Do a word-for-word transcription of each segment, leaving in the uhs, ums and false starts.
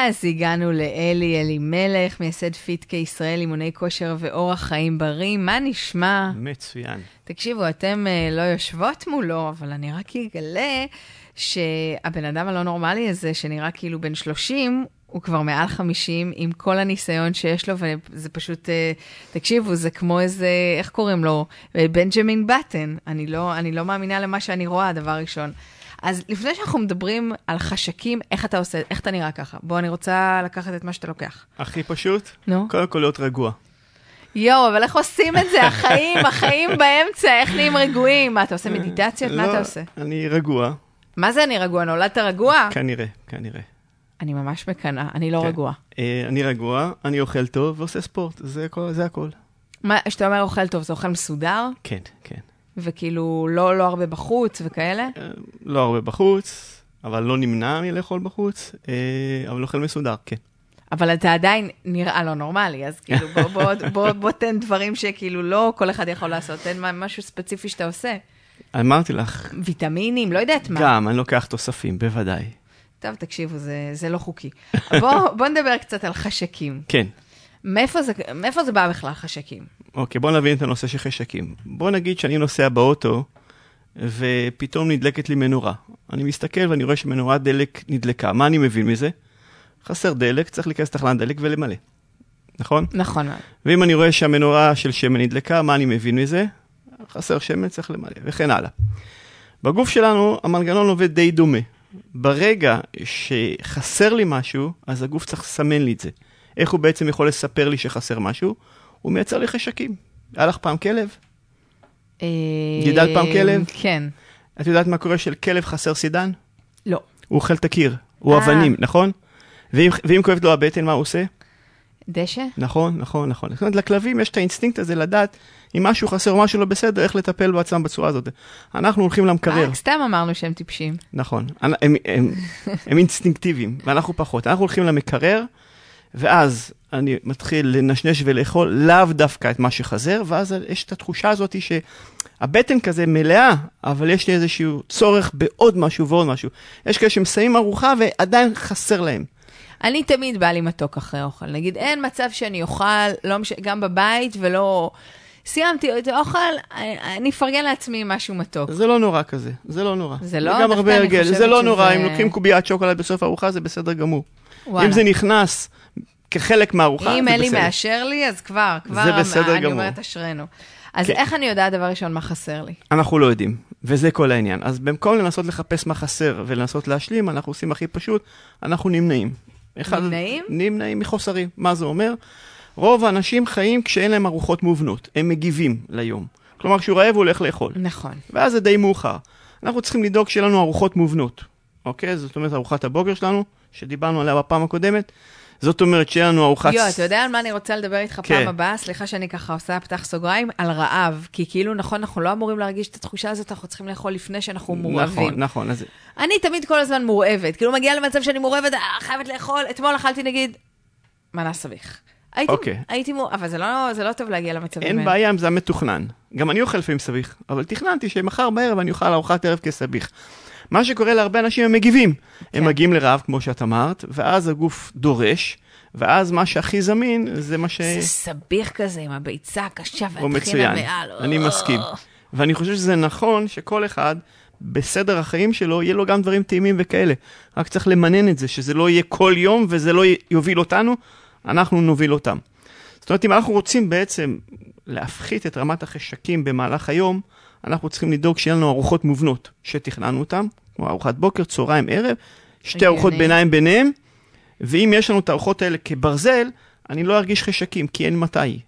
אז הגענו לאלי, אלי מלך, מייסד פיט כישראל, אימוני כושר ואורח חיים בריא. מה נשמע? מצוין. תקשיבו, אתם uh, לא יושבות מולו, אבל אני רק אגלה שהבן אדם הלא נורמלי הזה, שנראה כאילו בן שלושים, הוא כבר מעל חמישים, עם כל הניסיון שיש לו, וזה פשוט, תקשיבו, זה כמו איזה, איך קוראים לו? בנג'מין בטן. אני לא, אני לא מאמינה למה שאני רואה, דבר ראשון. אז לפני שאנחנו מדברים על חשקים, איך אתה עושה, איך אתה נראה ככה? בוא, אני רוצה לקחת את מה שאתה לוקח. הכי פשוט? נו. קודם כל להיות רגוע. יואו, אבל איך עושים את זה? החיים, החיים באמצע, איך נהיים רגועים? מה, אתה עושה מדיטציות? מה אתה עושה? אני רגוע. מה זה אני רגוע? נולדת רגוע? כנראה, כנראה. אני ממש מקנה, אני לא רגוע. אני רגוע, אני אוכל טוב ועושה ספורט, זה הכל. מה, שאתה אומר אוכל טוב, זה אוכל מסודר? כן, כן. וכאילו לא, לא הרבה בחוץ וכאלה? לא הרבה בחוץ, אבל לא נמנע מלאכול בחוץ, אבל אוכל מסודר, כן. אבל אתה עדיין נראה לא נורמלי, אז כאילו בוא, בוא, בוא, בוא תן דברים שכאילו לא כל אחד יכול לעשות, תן משהו ספציפי שאתה עושה. אמרתי לך. ויטמינים, לא יודעת מה. גם, אני לוקח תוספים, בוודאי. טוב, תקשיבו, זה, זה לא חוקי. בוא, בוא נדבר קצת על חשקים. כן. מאיפה זה, מאיפה זה בא בכלל חשקים? אוקיי, בוא נבין את הנושא של חשקים. בוא נגיד שאני נוסע באוטו, ופתאום נדלקת לי מנורה. אני מסתכל ואני רואה שמנורת דלק נדלקה. מה אני מבין מזה? חסר דלק, צריך להיכנס תחנת דלק ולמלא. נכון? נכון. ואם אני רואה שהמנורה של שמן נדלקה, מה אני מבין מזה? חסר שמן, צריך למלא, וכן הלאה. בגוף שלנו, המנגנון עובד די דומה. ברגע שחסר לי משהו, אז הגוף צריך לסמן לי את זה. איך הוא בעצם יכול לספר לי שחסר משהו? הוא מייצר לי חשקים. היה לך פעם כלב? גידלת פעם כלב? כן. את יודעת מה קורה של כלב חסר סידן? לא. הוא אוכל את הקיר, הוא אבנים, נכון? ואם, ואם כואבת לו הבטן, מה הוא עושה? דשא? נכון, נכון, נכון. זאת אומרת, לכלבים יש את האינסטינקט הזה לדעת אם משהו חסר או משהו לא בסדר, איך לטפל בעצמם בצורה הזאת. אנחנו הולכים למקרר. רק סתם אמרנו שהם טיפשים. נכון. הם, הם, הם, הם אינסטינקטיביים, ואנחנו פחות. אנחנו הולכים למקרר, ואז אני מתחיל לנשנש ולאכול לאו דווקא את מה שחזר, ואז יש את התחושה הזאת שהבטן כזה מלאה, אבל יש לי איזשהו צורך בעוד משהו ועוד משהו. יש כאלה שמסיים ארוחה ועדיין חסר להם. אני תמיד בא לי מתוק אחרי אוכל. נגיד, אין מצב שאני אוכל, לא מש... גם בבית, ולא... סיימתי את האוכל, אני אפרגן לעצמי משהו מתוק. זה לא נורא כזה, זה לא נורא. זה לא? גם הרבה הרגל, זה לא נורא. אם לוקחים קוביית שוקולד בסוף הארוחה, זה בסדר גמור. אם זה נכנס כחלק מהארוחה, זה בסדר. אם אלי מאשר לי, אז כבר, כבר זה בסדר גמור. אני אומרת אשרנו. אז איך אני יודעת דבר ראשון מה חסר לי? אנחנו לא יודעים, וזה כל העניין. אז במקום לנסות לחפש מה חסר ולנסות להשלים, אנחנו עושים הכי פשוט, אנחנו נמנעים. נמנעים? נמנעים מחוסרים. מה זה אומר? רוב האנשים חיים כשאין להם ארוחות מובנות. הם מגיבים ליום. כלומר, כשהוא רעב הוא הולך לאכול. נכון. ואז זה די מאוחר. אנחנו צריכים לדאוג שיהיה לנו ארוחות מובנות. אוקיי? זאת אומרת, ארוחת הבוקר שלנו, שדיברנו עליה בפעם הקודמת, זאת אומרת שיהיה לנו ארוחת... יו, אתה יודע על מה אני רוצה לדבר איתך פעם הבאה? סליחה שאני ככה עושה פתח סוגריים, על רעב. כי כאילו, נכון, אנחנו לא אמורים להרגיש את התחושה הזאת, אנחנו צריכים לאכול לפני שאנחנו מורעבים. נכון, נכון. אני תמיד כל הזמן מורעבת. כאילו, מגיעה למצב שאני מורעבת, חייבת לאכול. אתמול אכלתי, נגיד, מנה סביך. הייתי מור... אבל זה לא טוב להגיע למצבים האלה. אין בעיה אם זה מתוכנן. גם אני אוכל לפעמים סביך, אבל תכננתי שמחר בערב אני אוכל ארוחת ערב כסביך. מה שקורה להרבה אנשים הם מגיבים. הם מגיעים לרעב, כמו שאת אמרת, ואז הגוף דורש, ואז מה שהכי זמין, זה מה ש... זה סביך כזה, עם הביצה הקשה והטחינה מעל. אני מסכים. ואני חושב שזה נכון שכל אחד, בסדר החיים שלו, יהיה לו גם דברים טעימים וכאלה. רק צריך למנן את זה, שזה לא יהיה כל יום, וזה לא יוביל אותנו, אנחנו נוביל אותם. זאת אומרת, אם אנחנו רוצים בעצם להפחית את רמת החשקים במהלך היום, אנחנו צריכים לדאוג שיהיה לנו ארוחות מובנות, שתכננו אותם, כמו ארוחת בוקר, צהריים, ערב, שתי ארוחות ביניים ביניהם, ואם יש לנו את הארוחות האלה כברזל, אני לא ארגיש חשקים, כי אין מתי.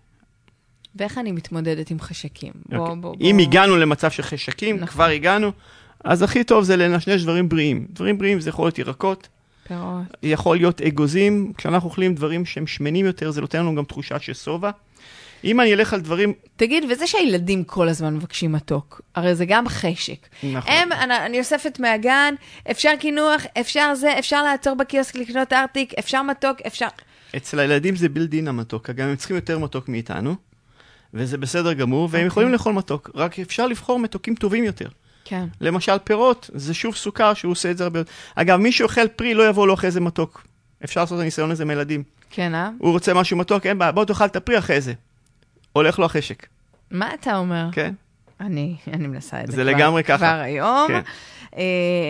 ואיך אני מתמודדת עם חשקים? בוא, בוא, אם בוא. הגענו למצב של חשקים, נכון. כבר הגענו, אז הכי טוב זה לנשנש דברים בריאים. דברים בריאים זה יכול להיות ירקות, פירות. יכול להיות אגוזים, כשאנחנו אוכלים דברים שהם שמנים יותר, זה נותן לנו גם תחושה של סובה. אם אני אלך על דברים... תגיד, וזה שהילדים כל הזמן מבקשים מתוק, הרי זה גם חשק. נכון. הם, אני, אני אוספת מהגן, אפשר כינוח, אפשר זה, אפשר לעצור בקיוסק לקנות ארטיק, אפשר מתוק, אפשר... אצל הילדים זה בילדין המתוק, גם הם צריכים יותר מתוק מאיתנו, וזה בסדר גמור, והם okay. יכולים לאכול מתוק, רק אפשר לבחור מתוקים טובים יותר. כן. למשל פירות, זה שוב סוכר שהוא עושה את זה הרבה... אגב, מי שאוכל פרי לא יבוא לו אחרי זה מתוק. אפשר לעשות את הניסיון הזה מילדים. כן, אה? הוא רוצה משהו מתוק, אין בעיה, בוא תאכל את הפרי אחרי זה. הולך לו החשק. מה אתה אומר? כן. אני, אני מנסה את זה, זה כבר, לגמרי ככה. כבר היום. כן. אה,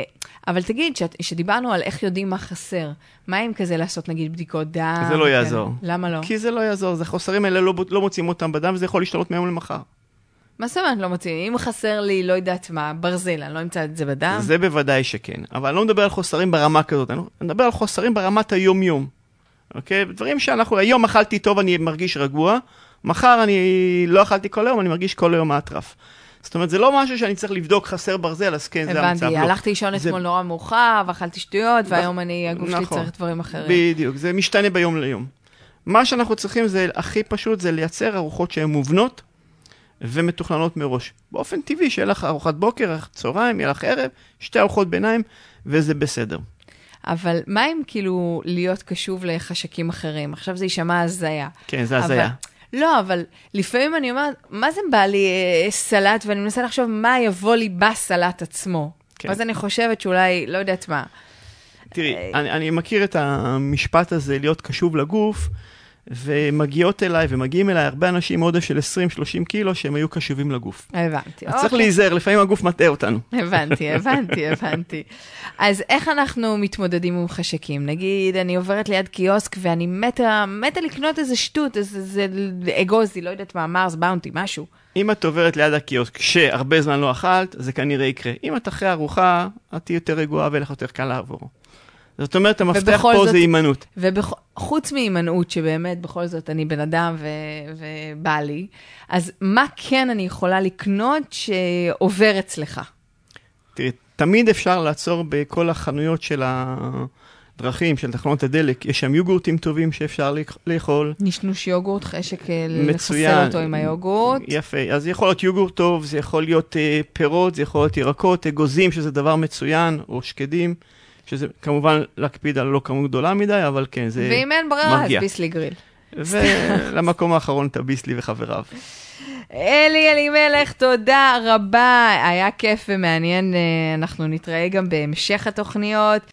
אבל תגיד, שאת, שדיברנו על איך יודעים מה חסר, מה אם כזה לעשות נגיד בדיקות דם? זה לא יעזור. כן. למה לא? כי זה לא יעזור, זה חוסרים האלה לא, לא מוצאים אותם בדם, וזה יכול להשתנות מהיום למחר. מה זאת אומרת לא מוצאים? אם חסר לי, לא יודעת מה, ברזל, אני לא אמצא את זה בדם? זה בוודאי שכן, אבל אני לא מדבר על חוסרים ברמה כזאת, אני מדבר על חוסרים ברמת היום-יום. אוקיי? דברים שאנחנו, היום אכלתי טוב, אני מרגיש רגוע, מחר אני לא אכלתי כל היום, אני מרגיש כל היום מאטרף. זאת אומרת, זה לא משהו שאני צריך לבדוק חסר ברזל, אז כן, זה המצב. הבנתי, הלכתי לישון אתמול נורא מאוחר, ואכלתי שטויות, והיום אני, הגוף שלי צריך דברים אחרים. בדיוק, זה משתנה ביום ליום. מה שאנחנו צריכים זה, הכי פשוט, זה לייצר ארוחות שהן מובנות, ומתוכננות מראש. באופן טבעי, שיהיה לך ארוחת בוקר, צהריים, יהיה לך ערב, שתי ארוחות ביניים, וזה בסדר. אבל מה אם כאילו להיות קשוב לחשקים אחרים? עכשיו זה יישמע הזיה. כן, זה הזיה. לא, אבל לפעמים אני אומרת, מה זה בא לי אה, סלט, ואני מנסה לחשוב מה יבוא לי בסלט עצמו. כן. אז אני חושבת שאולי, לא יודעת מה. תראי, אני, אני מכיר את המשפט הזה, להיות קשוב לגוף, ומגיעות אליי, ומגיעים אליי הרבה אנשים עודף של עשרים שלושים קילו, שהם היו קשובים לגוף. הבנתי. אז צריך להיזהר, לפעמים הגוף מטעה אותנו. הבנתי, הבנתי, הבנתי. אז איך אנחנו מתמודדים עם חשקים? נגיד, אני עוברת ליד קיוסק, ואני מתה, מתה לקנות איזה שטות, איזה אגוזי, לא יודעת מה, מרס, באונטי, משהו. אם את עוברת ליד הקיוסק, שהרבה זמן לא אכלת, זה כנראה יקרה. אם את אחרי ארוחה, את תהיה יותר רגועה, ולך יותר קל לעבור. זאת אומרת, המפתח פה זאת, זה הימנעות. וחוץ מהימנעות, שבאמת בכל זאת אני בן אדם ו, ובא לי, אז מה כן אני יכולה לקנות שעובר אצלך? תראי, תמיד אפשר לעצור בכל החנויות של הדרכים, של תחנות הדלק. יש שם יוגורטים טובים שאפשר לאכול. נשנוש יוגורט, חשק לחסל אותו עם היוגורט. יפה, אז זה יכול להיות יוגורט טוב, זה יכול להיות uh, פירות, זה יכול להיות ירקות, אגוזים, שזה דבר מצוין, או שקדים. שזה כמובן להקפיד על לא כמות גדולה מדי, אבל כן, זה מרגיע. ואם אין ברירה, אז ביסלי גריל. ולמקום האחרון, את הביסלי וחבריו. אלי אלימלך, תודה רבה. היה כיף ומעניין. אנחנו נתראה גם בהמשך התוכניות.